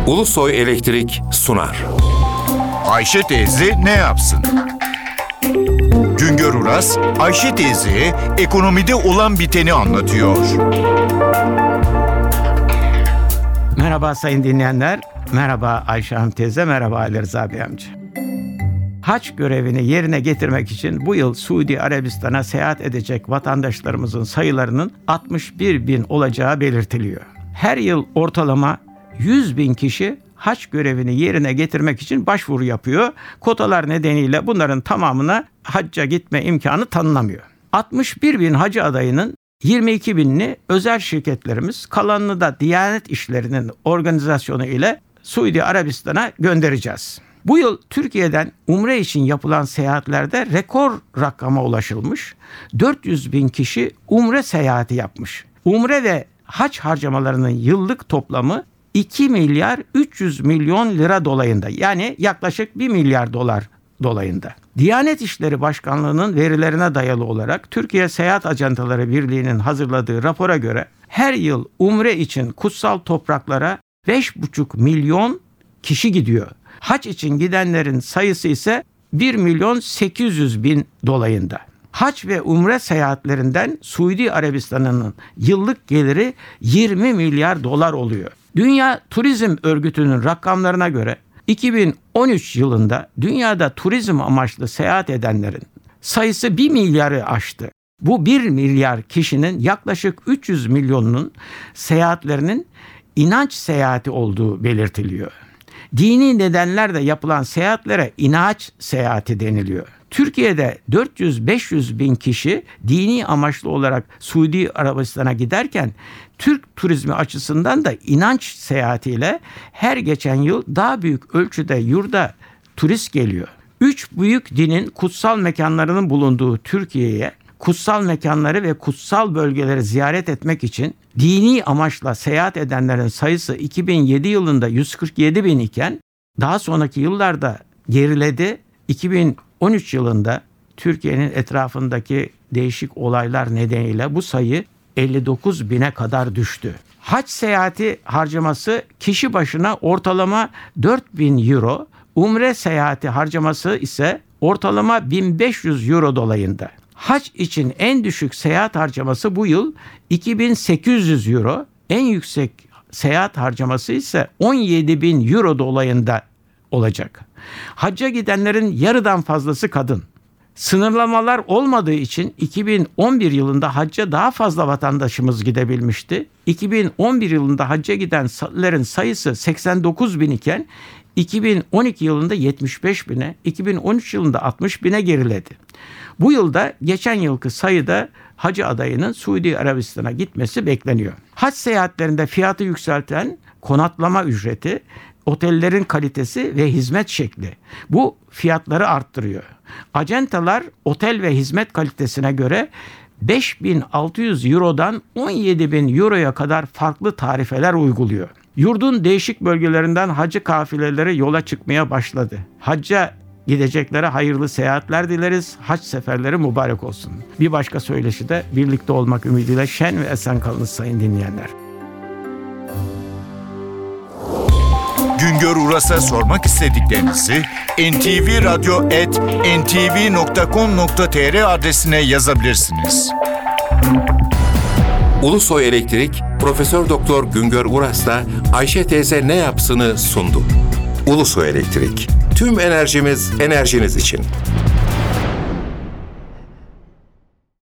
Ulusoy Elektrik sunar. Ayşe teyze ne yapsın? Güngör Uras, Ayşe teyze ekonomide olan biteni anlatıyor. Merhaba sayın dinleyenler, merhaba Ayşe Hanım teyze, merhaba Ali Rıza Bey amca. Hac görevini yerine getirmek için bu yıl Suudi Arabistan'a seyahat edecek vatandaşlarımızın sayılarının 61 bin olacağı belirtiliyor. Her yıl ortalama 100 bin kişi hac görevini yerine getirmek için başvuru yapıyor. Kotalar nedeniyle bunların tamamına hacca gitme imkanı tanınamıyor. 61 bin hacı adayının 22 binini özel şirketlerimiz, kalanını da Diyanet İşleri'nin organizasyonu ile Suudi Arabistan'a göndereceğiz. Bu yıl Türkiye'den umre için yapılan seyahatlerde rekor rakama ulaşılmış. 400 bin kişi umre seyahati yapmış. Umre ve hac harcamalarının yıllık toplamı 2 milyar 300 milyon lira dolayında, yani yaklaşık 1 milyar dolar dolayında. Diyanet İşleri Başkanlığı'nın verilerine dayalı olarak Türkiye Seyahat Ajantaları Birliği'nin hazırladığı rapora göre her yıl umre için kutsal topraklara 5,5 milyon kişi gidiyor. Hac için gidenlerin sayısı ise 1 milyon 800 bin dolayında. Hac ve umre seyahatlerinden Suudi Arabistan'ın yıllık geliri 20 milyar dolar oluyor. Dünya Turizm Örgütü'nün rakamlarına göre 2013 yılında dünyada turizm amaçlı seyahat edenlerin sayısı 1 milyarı aştı. Bu 1 milyar kişinin yaklaşık 300 milyonunun seyahatlerinin inanç seyahati olduğu belirtiliyor. Dini nedenlerle yapılan seyahatlere inanç seyahati deniliyor. Türkiye'de 400-500 bin kişi dini amaçlı olarak Suudi Arabistan'a giderken Türk turizmi açısından da inanç seyahatiyle her geçen yıl daha büyük ölçüde yurda turist geliyor. 3 büyük dinin kutsal mekanlarının bulunduğu Türkiye'ye kutsal mekanları ve kutsal bölgeleri ziyaret etmek için dini amaçla seyahat edenlerin sayısı 2007 yılında 147 bin iken daha sonraki yıllarda geriledi. 2013 yılında Türkiye'nin etrafındaki değişik olaylar nedeniyle bu sayı 59 bine kadar düştü. Hac seyahati harcaması kişi başına ortalama 4.000 euro, umre seyahati harcaması ise ortalama 1500 euro dolayında. Hac için en düşük seyahat harcaması bu yıl 2800 euro, en yüksek seyahat harcaması ise 17.000 euro dolayında olacak. Hacca gidenlerin yarıdan fazlası kadın. Sınırlamalar olmadığı için 2011 yılında hacca daha fazla vatandaşımız gidebilmişti. 2011 yılında hacca gidenlerin sayısı 89 bin iken 2012 yılında 75 bine, 2013 yılında 60 bine geriledi. Bu yılda geçen yılki sayıda hacı adayının Suudi Arabistan'a gitmesi bekleniyor. Hac seyahatlerinde fiyatı yükselten konaklama ücreti, otellerin kalitesi ve hizmet şekli bu fiyatları arttırıyor. Ajantalar otel ve hizmet kalitesine göre 5.600 Euro'dan 17.000 Euro'ya kadar farklı tarifeler uyguluyor. Yurdun değişik bölgelerinden hacı kafileleri yola çıkmaya başladı. Hacca gideceklere hayırlı seyahatler dileriz. Hac seferleri mübarek olsun. Bir başka söyleşide birlikte olmak ümidiyle şen ve esen kalınız sayın dinleyenler. Güngör Uras'a sormak istediklerinizi ntvradyo@ntv.com.tr adresine yazabilirsiniz. Ulusoy Elektrik Profesör Doktor Güngör Uras'la Ayşe teyze ne yapsını sundu. Ulusoy Elektrik. Tüm enerjimiz enerjiniz için.